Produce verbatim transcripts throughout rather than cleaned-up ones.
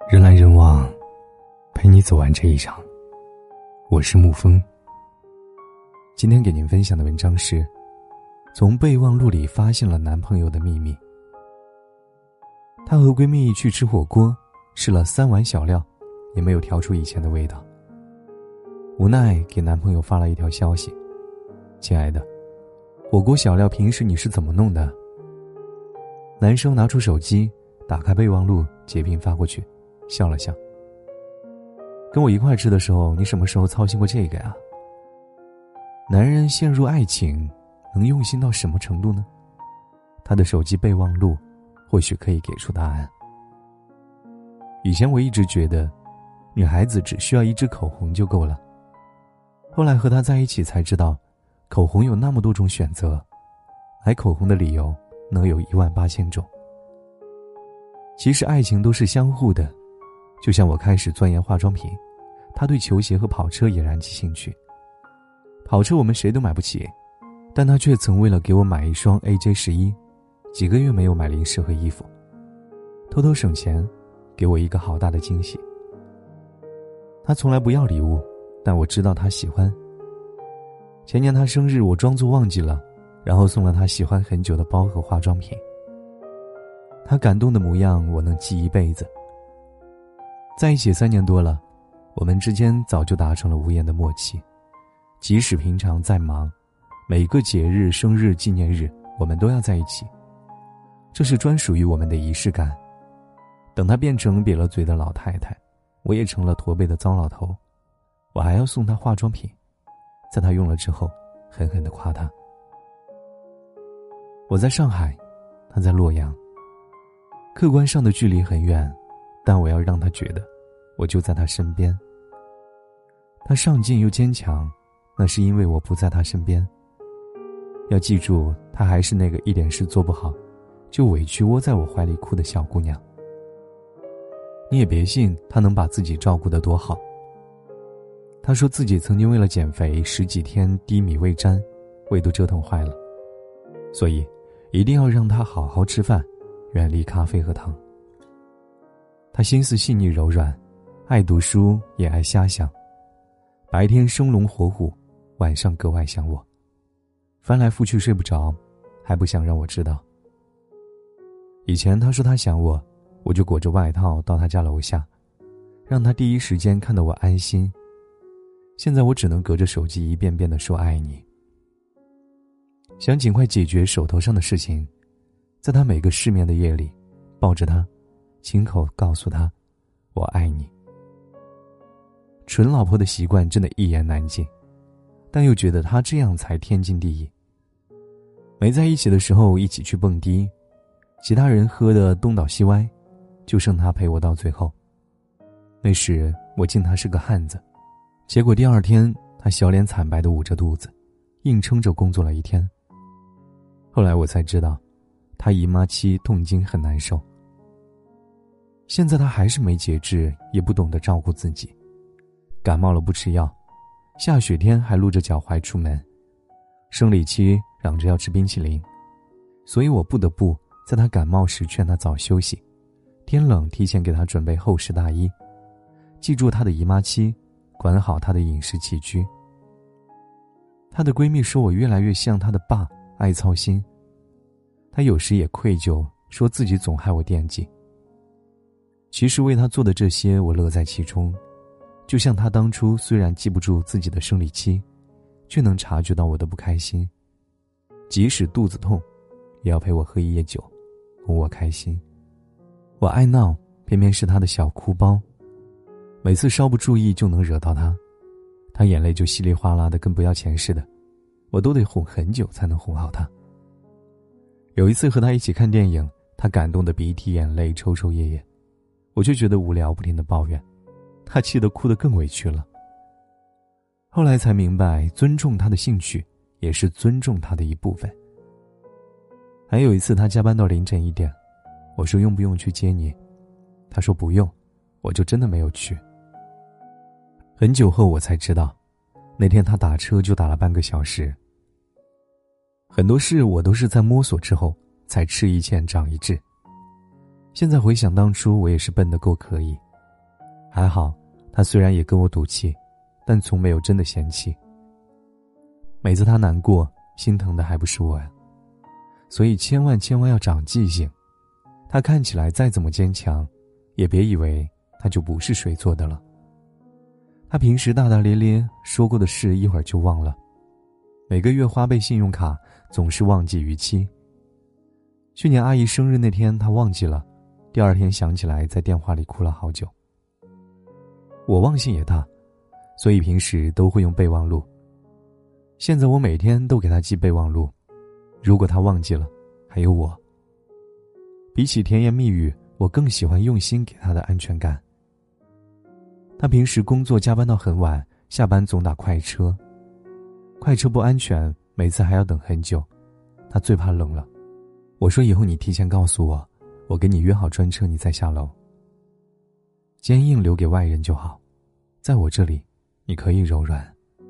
人来人往，陪你走完这一场。我是沐风。今天给您分享的文章是从备忘录里发现了男朋友的秘密。她和闺蜜去吃火锅，试了三碗小料，也没有调出以前的味道。无奈给男朋友发了一条消息：亲爱的，火锅小料平时你是怎么弄的？男生拿出手机，打开备忘录，截屏发过去，笑了笑。跟我一块吃的时候，你什么时候操心过这个呀？男人陷入爱情，能用心到什么程度呢？他的手机备忘录或许可以给出答案。以前我一直觉得女孩子只需要一支口红就够了，后来和他在一起才知道，口红有那么多种选择，买口红的理由能有一万八千种。其实爱情都是相互的，就像我开始钻研化妆品，他对球鞋和跑车也燃起兴趣。跑车我们谁都买不起，但他却曾为了给我买一双 A J 十一，几个月没有买零食和衣服，偷偷省钱，给我一个好大的惊喜。他从来不要礼物，但我知道他喜欢。前年他生日，我装作忘记了，然后送了他喜欢很久的包和化妆品。他感动的模样我能记一辈子。在一起三年多了，我们之间早就达成了无言的默契。即使平常再忙，每个节日、生日、纪念日，我们都要在一起。这是专属于我们的仪式感。等她变成瘪了嘴的老太太，我也成了驼背的糟老头，我还要送她化妆品，在她用了之后，狠狠地夸她。我在上海，她在洛阳，客观上的距离很远，但我要让她觉得我就在她身边。她上进又坚强，那是因为我不在她身边。要记住，她还是那个一点事做不好就委屈窝在我怀里哭的小姑娘。你也别信她能把自己照顾得多好。她说自己曾经为了减肥十几天低米未沾，胃都折腾坏了，所以一定要让她好好吃饭，远离咖啡和糖。她心思细腻柔软，爱读书也爱瞎想，白天生龙活虎，晚上格外想我，翻来覆去睡不着，还不想让我知道。以前她说她想我，我就裹着外套到她家楼下，让她第一时间看到我安心。现在我只能隔着手机一遍遍地说爱你。想尽快解决手头上的事情，在她每个失眠的夜里，抱着她，亲口告诉她我爱你。纯老婆的习惯真的一言难尽，但又觉得她这样才天经地义。没在一起的时候一起去蹦迪，其他人喝得东倒西歪，就剩她陪我到最后。那时我敬她是个汉子，结果第二天她小脸惨白地捂着肚子，硬撑着工作了一天。后来我才知道，她姨妈期痛经很难受。现在她还是没节制，也不懂得照顾自己，感冒了不吃药，下雪天还露着脚踝出门，生理期嚷着要吃冰淇淋，所以我不得不在她感冒时劝她早休息，天冷提前给她准备厚实大衣，记住她的姨妈期，管好她的饮食起居。她的闺蜜说我越来越像她的爸，爱操心。她有时也愧疚，说自己总害我惦记。其实为她做的这些我乐在其中，就像她当初虽然记不住自己的生理期，却能察觉到我的不开心，即使肚子痛也要陪我喝一夜酒，哄我开心。我爱闹，偏偏是她的小哭包，每次稍不注意就能惹到她，她眼泪就稀里哗啦的跟不要钱似的，我都得哄很久才能哄好她。有一次和她一起看电影，她感动的鼻涕眼泪抽抽噎噎，我就觉得无聊，不停地抱怨，她气得哭得更委屈了。后来才明白，尊重她的兴趣也是尊重她的一部分。还有一次她加班到凌晨一点，我说用不用去接你，她说不用，我就真的没有去。很久后我才知道，那天她打车就打了半个小时。很多事我都是在摸索之后才吃一堑长一智。现在回想当初，我也是笨得够可以， 还好，他虽然也跟我赌气，但从没有真的嫌弃。每次他难过，心疼的还不是我呀。所以千万千万要长记性，他看起来再怎么坚强，也别以为他就不是水做的了。他平时大大咧咧，说过的事一会儿就忘了，每个月花呗信用卡总是忘记逾期。去年阿姨生日那天他忘记了，第二天想起来在电话里哭了好久。我忘性也大，所以平时都会用备忘录。现在我每天都给他记备忘录，如果他忘记了，还有我。比起甜言蜜语，我更喜欢用心给他的安全感。他平时工作加班到很晚，下班总打快车。快车不安全，每次还要等很久，他最怕冷了。我说以后你提前告诉我，我给你约好专车，你再下楼。坚硬留给外人就好，在我这里，你可以柔软。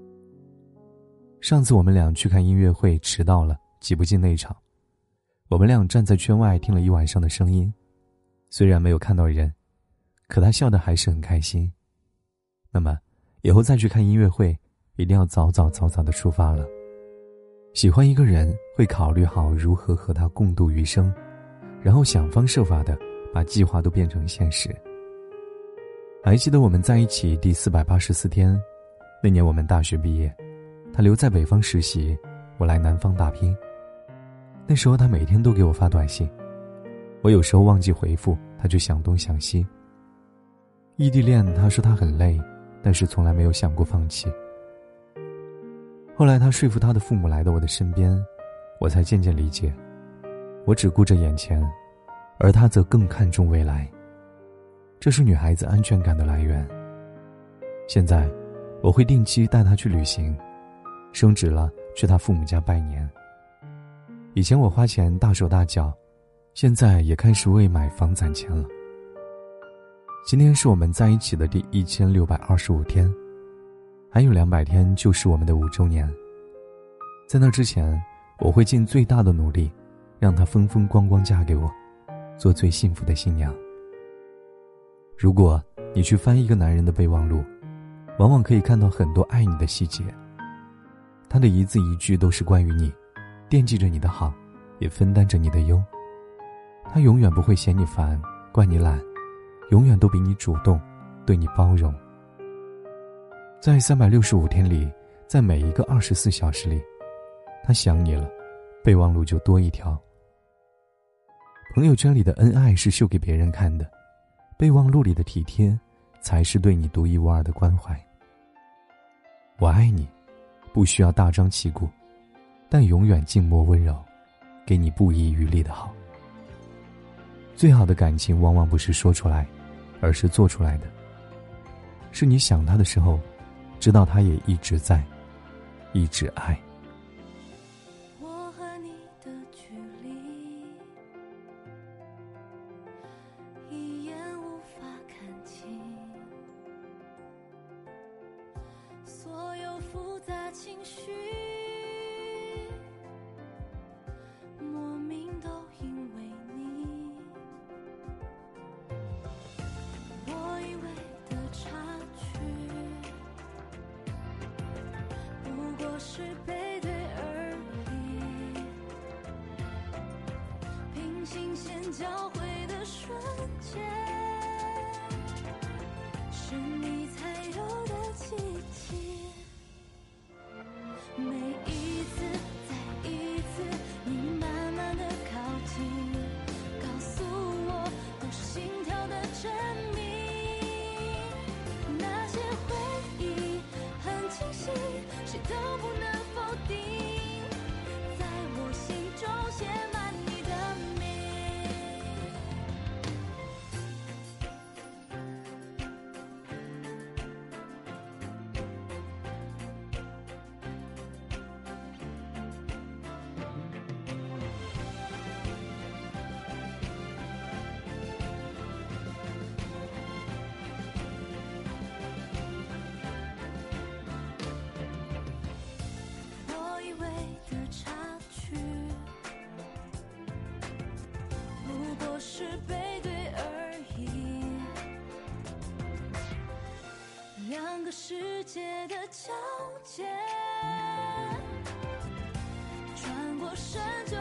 上次我们俩去看音乐会，迟到了，挤不进内场。我们俩站在圈外听了一晚上的声音，虽然没有看到人，可他笑得还是很开心。那么，以后再去看音乐会，一定要早早早早的出发了。喜欢一个人，会考虑好如何和他共度余生，然后想方设法的把计划都变成现实。还记得我们在一起第四百八十四天，那年我们大学毕业，他留在北方实习，我来南方打拼。那时候他每天都给我发短信，我有时候忘记回复，他就想东想西。异地恋，他说他很累，但是从来没有想过放弃。后来他说服他的父母来到我的身边，我才渐渐理解，我只顾着眼前，而他则更看重未来。这是女孩子安全感的来源。现在我会定期带她去旅行，升职了去她父母家拜年。以前我花钱大手大脚，现在也开始为买房攒钱了。今天是我们在一起的第一千六百二十五天，还有两百天就是我们的五周年。在那之前，我会尽最大的努力，让她风风光光嫁给我，做最幸福的新娘。如果你去翻一个男人的备忘录，往往可以看到很多爱你的细节。他的一字一句都是关于你，惦记着你的好，也分担着你的忧。他永远不会嫌你烦，怪你懒，永远都比你主动，对你包容。在三百六十五天里，在每一个二十四小时里，他想你了，备忘录就多一条。朋友圈里的恩爱是秀给别人看的，备忘录里的体贴才是对你独一无二的关怀。我爱你，不需要大张旗鼓，但永远静默温柔，给你不遗余力的好。最好的感情往往不是说出来，而是做出来的。是你想他的时候，知道他也一直在，一直爱。 我和你的距离，一眼无法看清，所有复杂情绪，莫名都因为你。我以为的差距，不过是背对而已。平行线交汇的瞬间，是你才有的奇迹。每一次再一次，你慢慢的靠近，告诉我都是心跳的证明。那些回忆很清晰，谁都不能否定，在我心中写满你的名。 皎洁，穿过深秋